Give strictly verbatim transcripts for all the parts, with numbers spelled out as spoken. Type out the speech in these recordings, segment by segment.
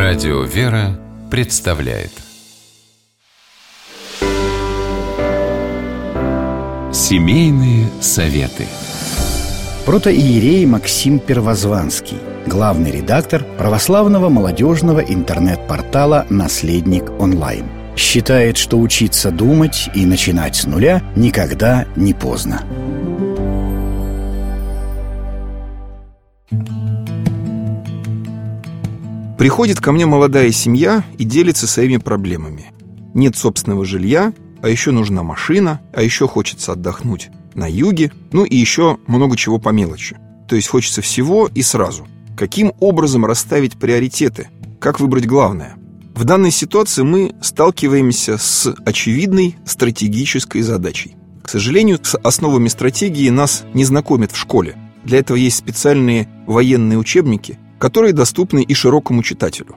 Радио «Вера» представляет Семейные советы. Протоиерей Максим Первозванский, главный редактор православного молодежного интернет-портала «Наследник онлайн», считает, что учиться думать и начинать с нуля никогда не поздно. Приходит ко мне молодая семья и делится своими проблемами. Нет собственного жилья, а еще нужна машина, а еще хочется отдохнуть на юге, ну и еще много чего по мелочи. То есть хочется всего и сразу. Каким образом расставить приоритеты? Как выбрать главное? В данной ситуации мы сталкиваемся с очевидной стратегической задачей. К сожалению, с основами стратегии нас не знакомят в школе. Для этого есть специальные военные учебники, которые доступны и широкому читателю.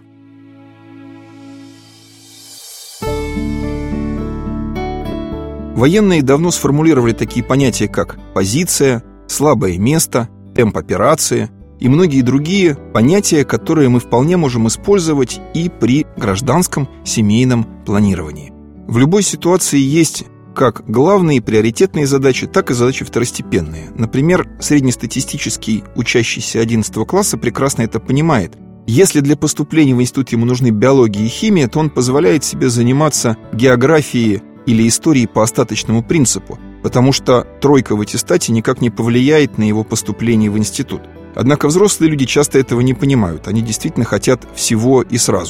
Военные давно сформулировали такие понятия, как позиция, слабое место, темп операции и многие другие понятия, которые мы вполне можем использовать и при гражданском семейном планировании. В любой ситуации есть как главные приоритетные задачи, так и задачи второстепенные. Например, среднестатистический учащийся одиннадцатого класса прекрасно это понимает. Если для поступления в институт ему нужны биология и химия, то он позволяет себе заниматься географией или историей по остаточному принципу, потому что тройка в аттестате никак не повлияет на его поступление в институт. Однако взрослые люди часто этого не понимают. Они действительно хотят всего и сразу.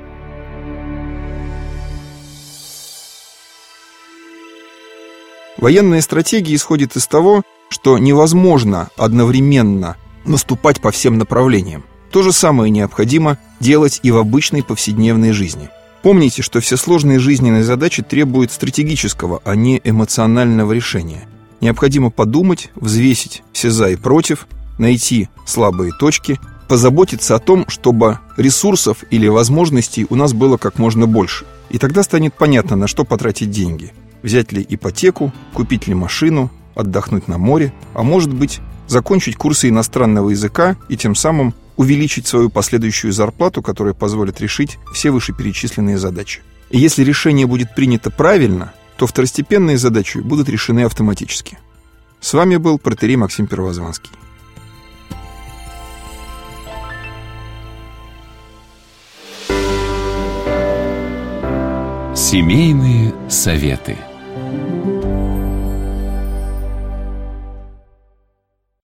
Военная стратегия исходит из того, что невозможно одновременно наступать по всем направлениям. То же самое необходимо делать и в обычной повседневной жизни. Помните, что все сложные жизненные задачи требуют стратегического, а не эмоционального решения. Необходимо подумать, взвесить все «за» и «против», найти слабые точки, позаботиться о том, чтобы ресурсов или возможностей у нас было как можно больше. И тогда станет понятно, на что потратить деньги. Взять ли ипотеку, купить ли машину, отдохнуть на море, а может быть, закончить курсы иностранного языка и тем самым увеличить свою последующую зарплату, которая позволит решить все вышеперечисленные задачи. И если решение будет принято правильно, то второстепенные задачи будут решены автоматически. С вами был протоиерей Максим Первозванский. Семейные советы.